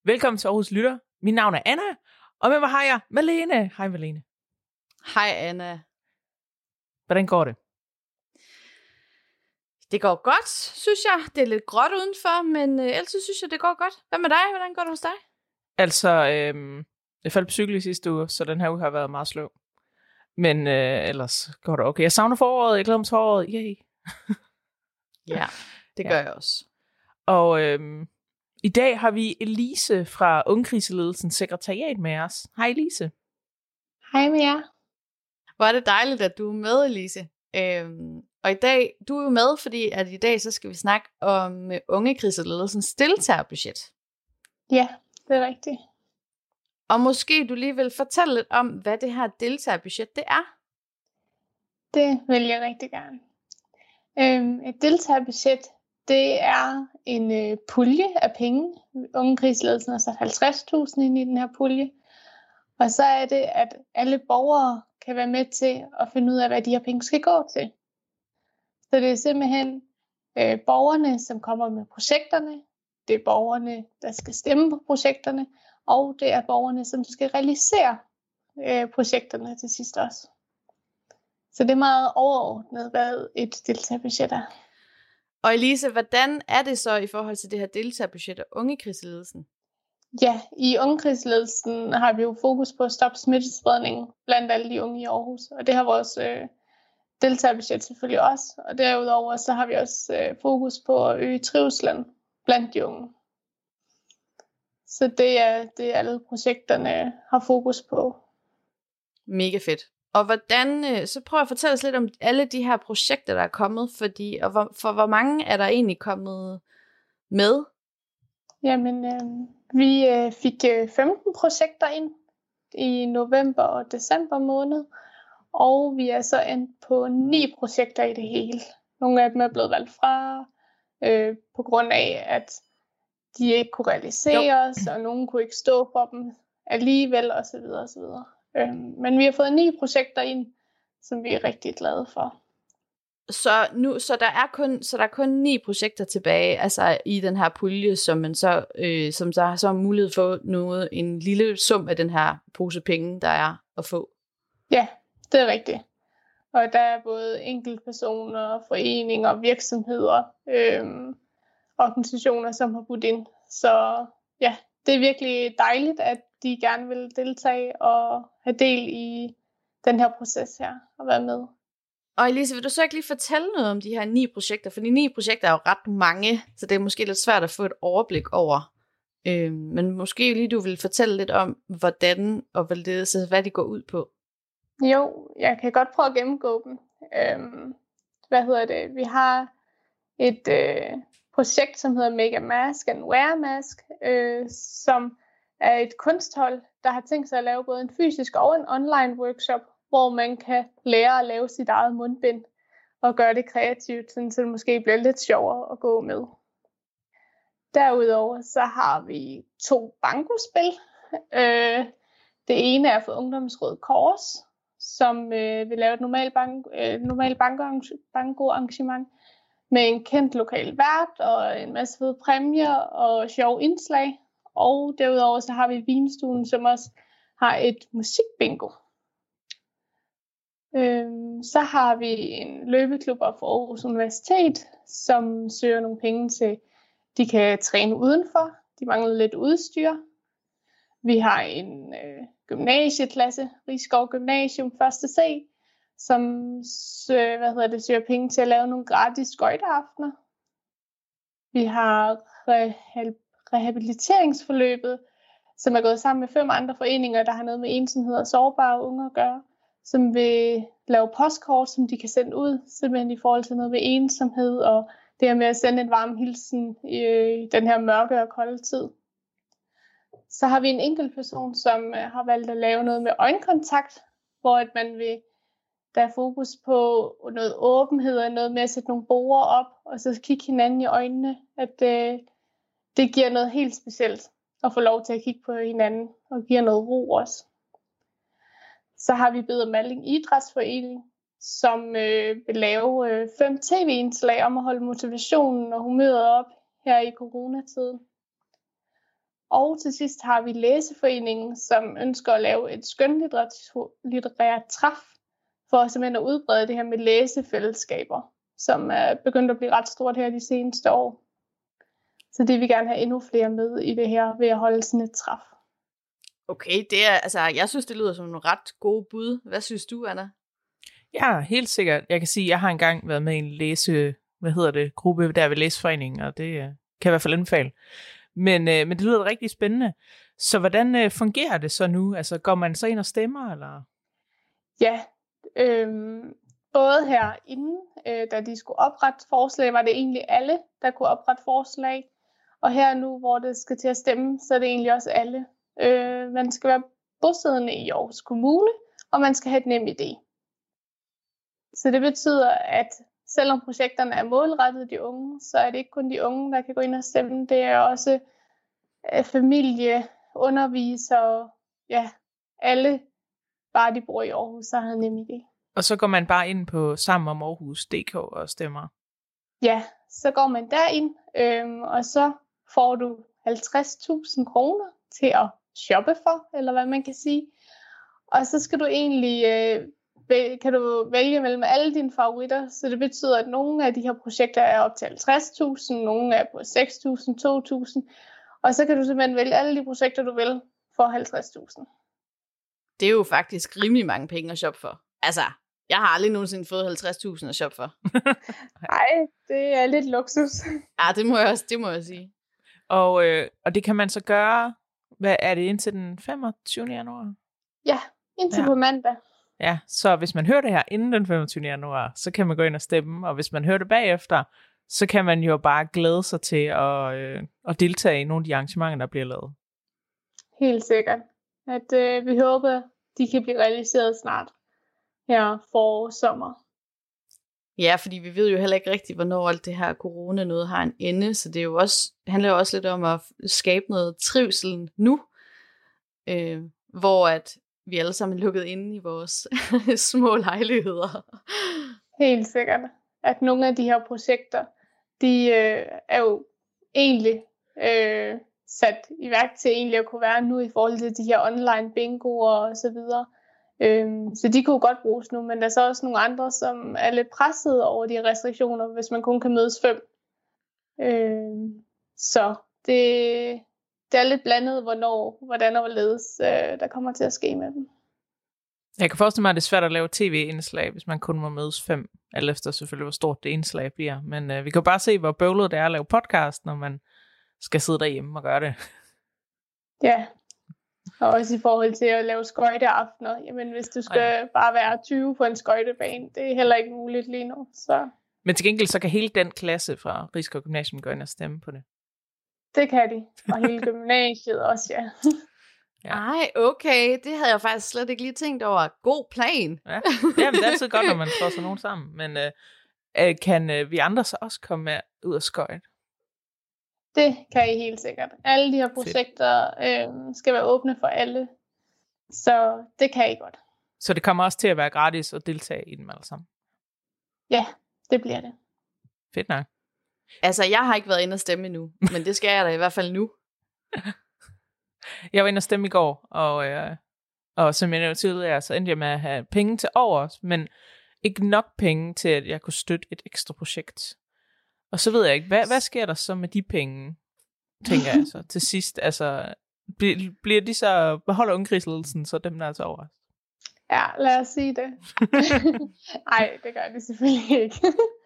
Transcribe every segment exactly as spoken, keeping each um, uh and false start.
Velkommen til Aarhus Lytter. Mit navn er Anna, og med mig har jeg Malene. Hej Malene. Hej Anna. Hvordan går det? Det går godt, synes jeg. Det er lidt gråt udenfor, men øh, ellers synes jeg, det går godt. Hvad med dig? Hvordan går det hos dig? Altså, øhm, jeg faldt på cykel i sidste uge, så den her uge har været meget sløv. Men øh, ellers går det okay. Jeg savner foråret. Jeg glæder mig til foråret. Yay. Ja, det gør ja. jeg også. Og øhm, i dag har vi Elise fra Ungekriseledelsens sekretariat med os. Hej Elise. Hej med jer. Hvor er det dejligt, at du er med, Elise. Øhm, og i dag, du er jo med, fordi at i dag så skal vi snakke om Ungekriseledelsens deltagerbudget. Ja, det er rigtigt. Og måske du lige vil fortælle lidt om, hvad det her deltagerbudget det er. Det vil jeg rigtig gerne. Øhm, et deltagerbudget, det er en øh, pulje af penge. Ungekriseledelsen har sat halvtreds tusind ind i den her pulje. Og så er det, at alle borgere kan være med til at finde ud af, hvad de her penge skal gå til. Så det er simpelthen øh, borgerne, som kommer med projekterne. Det er borgerne, der skal stemme på projekterne. Og det er borgerne, som skal realisere øh, projekterne til sidst også. Så det er meget overordnet, hvad et deltagerbudget er. Og Elise, hvordan er det så i forhold til det her deltagerbudget og Ungekriseledelsen? Ja, i Ungekriseledelsen har vi jo fokus på at stoppe smittespredningen blandt alle de unge i Aarhus. Og det har vores øh, deltagerbudget selvfølgelig også. Og derudover så har vi også øh, fokus på at øge trivslen blandt de unge. Så det er det, alle projekterne har fokus på. Mega fedt. Og hvordan, så prøv at fortælle os lidt om alle de her projekter, der er kommet, fordi, og hvor, for hvor mange er der egentlig kommet med? Jamen, øh, vi øh, fik øh, femten projekter ind i november og december måned, og vi er så endt på ni projekter i det hele. Nogle af dem er blevet valgt fra, øh, på grund af, at de ikke kunne realiseres, og nogen kunne ikke stå for dem alligevel, osv. osv. Øhm, men vi har fået ni projekter ind, som vi er rigtig glade for. Så nu, så der er kun, så der er kun ni projekter tilbage, altså i den her pulje, som man så, øh, som så har så mulighed for noget, en lille sum af den her pose penge, der er at få. Ja, det er rigtigt. Og der er både enkeltpersoner, foreninger, virksomheder, øhm, organisationer, som har budt ind. Så ja, det er virkelig dejligt, at de gerne vil deltage og have del i den her proces her og være med. Og Elise, vil du så ikke lige fortælle noget om de her ni projekter? For de ni projekter er jo ret mange, så det er måske lidt svært at få et overblik over. Øh, men måske lige du vil fortælle lidt om, hvordan og hvad de går ud på. Jo, jeg kan godt prøve at gennemgå dem. Øhm, hvad hedder det? Vi har et øh, projekt, som hedder Make a Mask and Wear a Mask, øh, som er et kunsthold, der har tænkt sig at lave både en fysisk og en online workshop, hvor man kan lære at lave sit eget mundbind og gøre det kreativt, så det måske bliver lidt sjovere at gå med. Derudover så har vi to bankospil. Øh, det ene er for Ungdomsrådet Kors, som øh, vil lave et normalt bank, øh, normal banko-arrangement med en kendt lokal vært og en masse fede præmier og sjove indslag. Og derudover så har vi Vinstuen, som også har et musikbingo. Øhm, så har vi en løbeklub for Aarhus Universitet, som søger nogle penge til, de kan træne udenfor. De mangler lidt udstyr. Vi har en øh, gymnasieklasse, Rigskov Gymnasium første C, som søger, hvad hedder det, søger penge til at lave nogle gratis skøjteaftener. Vi har rehab- rehabiliteringsforløbet, som er gået sammen med fem andre foreninger, der har noget med ensomhed og sårbare unge at gøre, som vil lave postkort, som de kan sende ud, simpelthen i forhold til noget med ensomhed og det her med at sende en varm hilsen i den her mørke og kolde tid. Så har vi en enkelt person, som har valgt at lave noget med øjenkontakt, hvor at man vil, der er fokus på noget åbenhed og noget med at sætte nogle borde op, og så kigge hinanden i øjnene, at øh, det giver noget helt specielt at få lov til at kigge på hinanden, og giver noget ro også. Så har vi Beder Malling Idrætsforening, som øh, vil lave øh, fem tv-indslag om at holde motivationen og humøret op her i coronatiden. Og til sidst har vi Læseforeningen, som ønsker at lave et skønlitterært træf, for simpelthen at udbrede det her med læsefællesskaber, som er begyndt at blive ret stort her de seneste år. Så det vil vi gerne have endnu flere med i det her, ved at holde sådan et træf. Okay, det er, altså, jeg synes, det lyder som nogle ret gode bud. Hvad synes du, Anna? Ja, helt sikkert. Jeg kan sige, at jeg har engang været med i en læse, hvad hedder det, gruppe der ved Læseforeningen, og det kan jeg i hvert fald anbefale. Men, øh, men det lyder rigtig spændende. Så hvordan øh, fungerer det så nu? Altså, går man så ind og stemmer, eller? Ja, øh, både herinde, øh, da de skulle oprette forslag, var det egentlig alle, der kunne oprette forslag. Og her nu, hvor det skal til at stemme, så er det egentlig også alle. Øh, man skal være bosiddende i Aarhus Kommune, og man skal have et nem idé. Så det betyder, at selvom projekterne er målrettet de unge, så er det ikke kun de unge, der kan gå ind og stemme. Det er også øh, familie, undervisere, ja, alle, bare de bor i Aarhus, så har en nem idé. Og så går man bare ind på sammen om Aarhus punktum d k og stemmer? Ja, så går man derind, øhm, og så får du halvtreds tusind kroner til at shoppe for, eller hvad man kan sige. Og så skal du egentlig, øh, kan du vælge mellem alle dine favoritter, så det betyder, at nogle af de her projekter er op til halvtreds tusind, nogle er på seks tusind, to tusind, og så kan du simpelthen vælge alle de projekter, du vil, for halvtreds tusind. Det er jo faktisk rimelig mange penge at shoppe for. Altså, jeg har aldrig nogensinde fået halvtreds tusind at shoppe for. Nej, det er lidt luksus. Ja, det må jeg også, det må jeg sige. Og, øh, og det kan man så gøre, hvad er det, indtil den femogtyvende januar? Ja, indtil ja. På mandag. Ja, så hvis man hører det her inden den femogtyvende januar, så kan man gå ind og stemme, og hvis man hører det bagefter, så kan man jo bare glæde sig til at, øh, at deltage i nogle af de arrangementer, der bliver lavet. Helt sikkert. At øh, vi håber, de kan blive realiseret snart her for sommer. Ja, fordi vi ved jo heller ikke rigtigt, hvornår alt det her corona noget har en ende, så det er jo også, handler jo også lidt om at skabe noget trivsel nu, øh, hvor at vi alle sammen er lukket inde i vores små lejligheder. Helt sikkert. At nogle af de her projekter, de øh, er jo egentlig øh, sat i værk til egentlig at kunne være nu i forhold til de her online bingoer og så videre. Øhm, så de kunne godt bruges nu, men der er så også nogle andre, som er lidt presset over de restriktioner, hvis man kun kan mødes fem. Øhm, så det, det er lidt blandet, hvornår, hvordan og hvorledes øh, der kommer til at ske med dem. Jeg kan forestille mig, at det er svært at lave tv-indslag, hvis man kun må mødes fem, alt efter selvfølgelig, hvor stort det indslag bliver. Men øh, vi kan jo bare se, hvor bøvlet det er at lave podcast, når man skal sidde derhjemme og gøre det. Ja, og også i forhold til at lave skøjteaftener. Jamen, hvis du skal Ej. bare være tyve på en skøjtebane, det er heller ikke muligt lige nu. Så. Men til gengæld, så kan hele den klasse fra Risskov Gymnasium gå ind og stemme på det. Det kan de, og hele gymnasiet også, ja. Ja. Ej, okay, det havde jeg faktisk slet ikke lige tænkt over. God plan. Ja, Jamen, det er altid godt, når man slår sig nogen sammen. Men øh, kan øh, vi andre så også komme med ud af skøjt? Det kan I helt sikkert. Alle de her projekter øh, skal være åbne for alle. Så det kan I godt. Så det kommer også til at være gratis at deltage i dem alle sammen? Ja, det bliver det. Fedt nok. Altså, jeg har ikke været inde og stemme endnu, men det skal jeg da i hvert fald nu. Jeg var inde og stemme i går, og, øh, og som jeg nævnte tidligere, så endte jeg med at have penge til overs, men ikke nok penge til, at jeg kunne støtte et ekstra projekt. Og så ved jeg ikke, hvad, hvad sker der så med de penge, tænker jeg så til sidst? Altså, bliver, bliver de så, beholder ungekrigsledelsen så dem, der er til overs? Ja, lad os sige det. Nej, det gør de selvfølgelig ikke.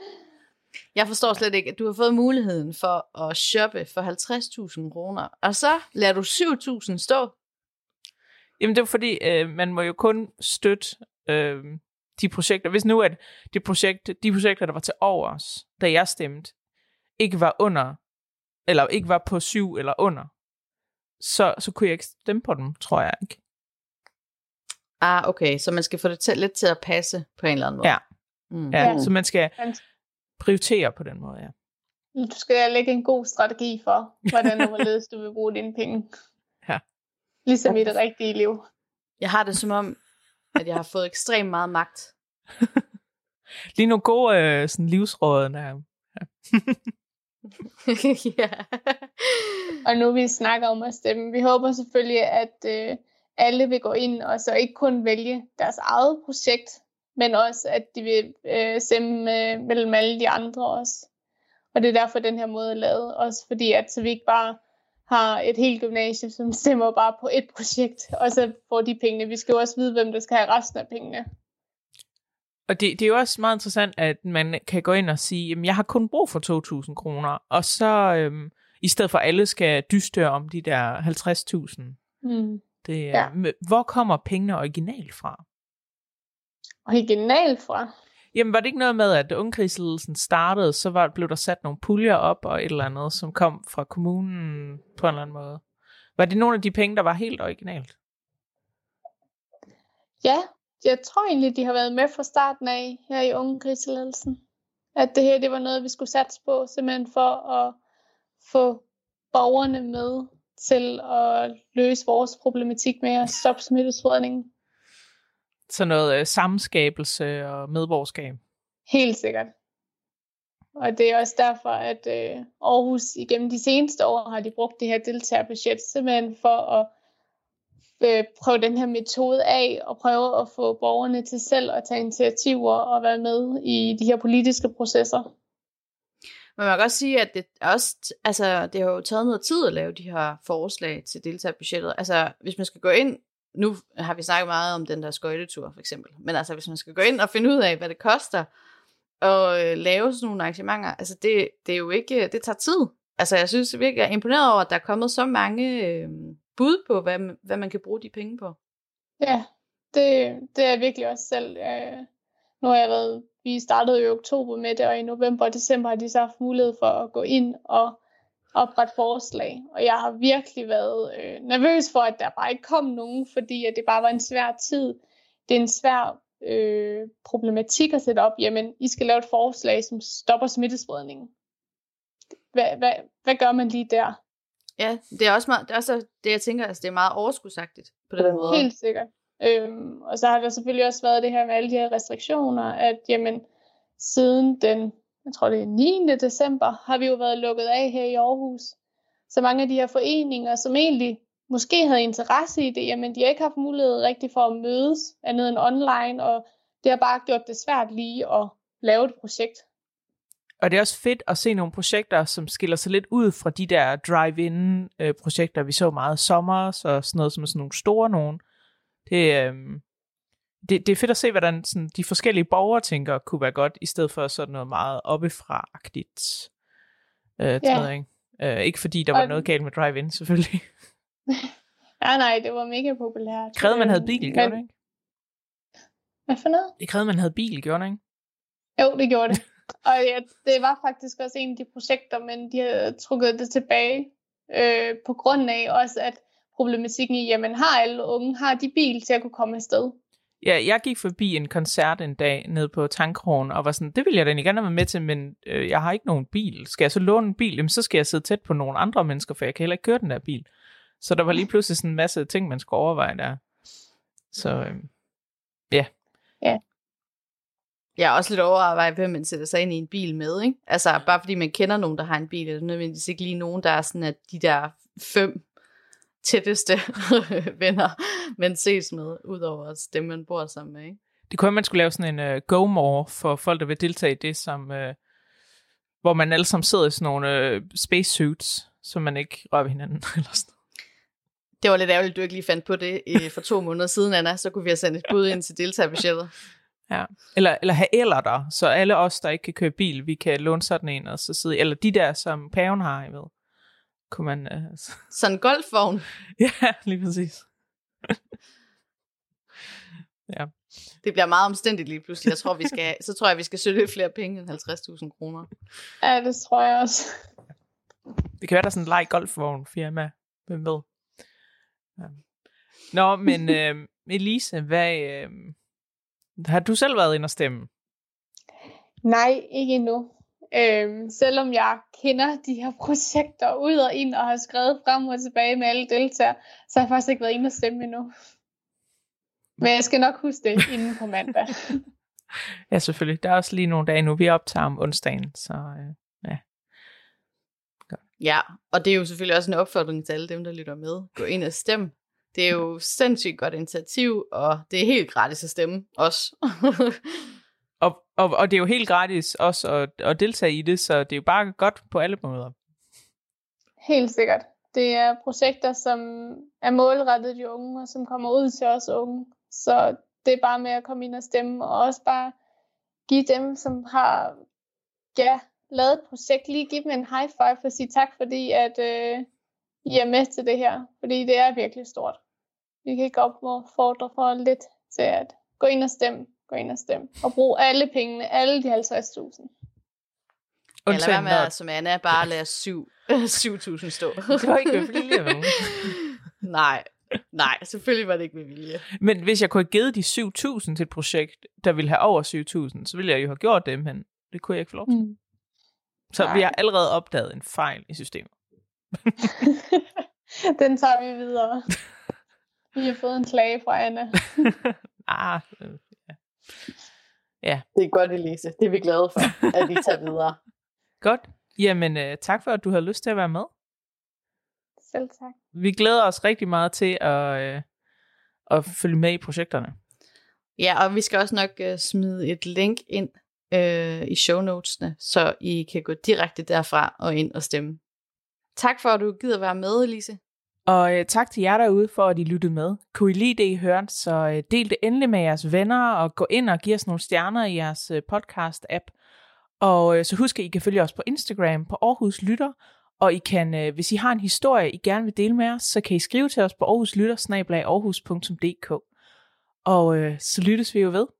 Jeg forstår slet ikke, at du har fået muligheden for at shoppe for halvtreds tusind kroner, og så lader du syv tusind stå. Jamen det er fordi, øh, man må jo kun støtte øh, de projekter. Hvis nu at de, projekt, de projekter, der var til overs, da jeg stemte, ikke var under, eller ikke var på syv eller under, så, så kunne jeg ikke stemme på dem, tror jeg ikke. Ah, okay, så man skal få det til, lidt til at passe på en eller anden måde. Ja, mm. ja mm. så man skal prioritere på den måde, ja. Du skal lægge en god strategi for, hvordan og hvorledes du vil bruge dine penge. Ja. Ligesom i det rigtige liv. Jeg har det som om, at jeg har fået ekstremt meget magt. Lige nogle gode øh, sådan livsråd der. Ja. Ja. Og nu vi snakker om at stemme, vi håber selvfølgelig, at øh, alle vil gå ind og så ikke kun vælge deres eget projekt, men også, at de vil øh, stemme øh, mellem alle de andre også. Og det er derfor, den her måde er lavet. Også fordi, at så vi ikke bare har et helt gymnasium, som stemmer bare på et projekt, og så får de pengene. Vi skal jo også vide, hvem der skal have resten af pengene. Og det, det er jo også meget interessant, at man kan gå ind og sige, jamen, jeg har kun brug for to tusind kroner, og så øhm, i stedet for alle skal dystøre om de der halvtreds tusind. Mm. Det, Ja. Hvor kommer pengene originalt fra? Originalt fra? Jamen, var det ikke noget med, at ungekrigsledelsen startede, så var, blev der sat nogle puljer op og et eller andet, som kom fra kommunen på en eller anden måde? Var det nogle af de penge, der var helt originalt? Ja, jeg tror egentlig, de har været med fra starten af her i ungekrigsledelsen. At det her, det var noget, vi skulle satse på, simpelthen for at få borgerne med til at løse vores problematik med at stoppe smittespredningen. Så noget øh, samskabelse og medborgerskab. Helt sikkert. Og det er også derfor, at øh, Aarhus igennem de seneste år har de brugt det her deltagerbudget simpelthen for at øh, prøve den her metode af og prøve at få borgerne til selv at tage initiativer og være med i de her politiske processer. Men man kan også sige, at det, også, altså, det har jo taget noget tid at lave de her forslag til deltagerbudgettet. Altså, hvis man skal gå ind, nu har vi snakket meget om den der skøjtetur for eksempel, men altså, hvis man skal gå ind og finde ud af, hvad det koster at øh, lave sådan nogle arrangementer, altså, det, det er jo ikke, det tager tid. Altså, jeg synes virkelig, jeg er imponeret over, at der er kommet så mange øh, bud på, hvad, hvad man kan bruge de penge på. Ja, det, det er virkelig også selv. Øh, nu har jeg været, vi startede jo i oktober med det, og i november og december har de så haft mulighed for at gå ind og oprette forslag. Og jeg har virkelig været øh, nervøs for, at der bare ikke kom nogen, fordi at det bare var en svær tid. Det er en svær øh, problematik at sætte op. Jamen, I skal lave et forslag, som stopper smittespredningen. Hvad, hvad, hvad gør man lige der? Ja, det er også meget, det er også det, jeg tænker, altså det er meget overskudsagtigt på den måde. Helt sikkert. Øhm, og så har der selvfølgelig også været det her med alle de her restriktioner, at jamen, siden den, jeg tror det er niende december, har vi jo været lukket af her i Aarhus. Så mange af de her foreninger, som egentlig måske havde interesse i det, jamen de har ikke haft mulighed rigtig for at mødes andet end online, og det har bare gjort det svært lige at lave et projekt. Og det er også fedt at se nogle projekter, som skiller sig lidt ud fra de der drive-in-projekter, vi så meget sommer, så sådan noget som sådan nogle store nogen. Det, øh, det, det er fedt at se, hvordan sådan, de forskellige borgere tænker kunne være godt, i stedet for sådan noget meget oppefra-agtigt. Øh, ja. Ikke? Øh, ikke fordi der var og... noget galt med drive-in, selvfølgelig. nej, nej, det var mega populært. Det krævede, man havde bil, gjorde det ikke? Hvad for noget? Det krævede, man havde bil, gjorde det ikke? Jo, det gjorde det. Og ja, det var faktisk også en af de projekter, men de har trukket det tilbage øh, på grund af også, at problematikken i, jamen har alle unge, har de bil til at kunne komme afsted? Ja, jeg gik forbi en koncert en dag nede på Tankkrogen, og var sådan, det vil jeg da egentlig gerne være med til, men øh, jeg har ikke nogen bil. Skal jeg så låne en bil? Jamen, så skal jeg sidde tæt på nogle andre mennesker, for jeg kan heller ikke køre den der bil. Så der var lige pludselig sådan en masse ting, man skulle overveje der. Så øh, ja. Ja. Jeg er også lidt overvejet, hvem man sætter sig ind i en bil med, ikke? Altså, bare fordi man kender nogen, der har en bil, er det nødvendigvis ikke lige nogen, der er sådan, at de der fem tætteste venner, man ses med, udover dem, man bor sammen med, ikke? Det kunne være, man skulle lave sådan en uh, go-more for folk, der vil deltage i det, som, uh, hvor man alle sammen sidder i sådan nogle uh, spacesuits, så man ikke rører ved hinanden. Eller sådan. Det var lidt ærgerligt, du ikke lige fandt på det uh, for to måneder siden, Anna. Så kunne vi have sendt et bud ind til deltagerbudgettet. Ja, eller, eller have eller der, så alle os, der ikke kan køre bil, vi kan låne sådan en, og så sidde, eller de der, som paven har, jeg ved. Kunne man... Uh, så... Sådan en golfvogn. Ja, lige præcis. Ja. Det bliver meget omstændigt lige pludselig. Jeg tror, vi skal, så tror jeg, vi skal søge flere penge end halvtreds tusind kroner. Ja, det tror jeg også. Det kan være, der er sådan en leg golfvogn firma. Hvem ved? Ja. Nå, men øh, Elise, hvad, øh, har du selv været inde og stemme? Nej, ikke endnu. Øhm, selvom jeg kender de her projekter ud og ind og har skrevet frem og tilbage med alle deltagere, så har jeg faktisk ikke været inde og stemme endnu. Men jeg skal nok huske det inden på mandag. Ja, selvfølgelig. Der er også lige nogle dage nu. Vi optager om onsdagen, så øh, ja. Ja, og det er jo selvfølgelig også en opfordring til alle dem, der lytter med. Gå ind og stem. Det er jo sindssygt godt initiativ, og det er helt gratis at stemme også. og, og, og det er jo helt gratis også at, at deltage i det, så det er jo bare godt på alle måder. Helt sikkert. Det er projekter, som er målrettet de unge, og som kommer ud til os unge. Så det er bare med at komme ind og stemme, og også bare give dem, som har ja, lavet et projekt, lige give dem en high five og sige tak, fordi at øh, I er med til det her. Fordi det er virkelig stort. Vi kan ikke opfordre for lidt til at gå ind og stemme, gå ind og stemme, og bruge alle pengene, alle de halvtreds tusind. Eller hvad med, at, som Anna, bare lade syv tusind stå. Det var ikke med vilje, vel? Nej, nej, selvfølgelig var det ikke med vilje. Men hvis jeg kunne have givet de syv tusind til et projekt, der ville have over syv tusind, så ville jeg jo have gjort det, men det kunne jeg ikke få lov til. Mm. Så nej. Vi har allerede opdaget en fejl i systemet. Den tager vi videre. Vi har fået en klage fra Anna. ah, øh, ja. ja. Det er godt, Elise. Det er vi glade for, at vi tager videre. Godt. Jamen, øh, tak for, at du har lyst til at være med. Selv tak. Vi glæder os rigtig meget til at, øh, at følge med i projekterne. Ja, og vi skal også nok øh, smide et link ind øh, i show notesene, så I kan gå direkte derfra og ind og stemme. Tak for, at du gider være med, Elise. Og øh, tak til jer derude for, at I lyttede med. Kunne I lide det, I hørte, så øh, del det endelig med jeres venner, og gå ind og giv os nogle stjerner i jeres øh, podcast-app. Og øh, så husk, at I kan følge os på Instagram på Aarhus Lytter, og I kan, øh, hvis I har en historie, I gerne vil dele med os, så kan I skrive til os på aarhuslytter bindestreg aarhus punktum d k. Og øh, så lyttes vi jo ved.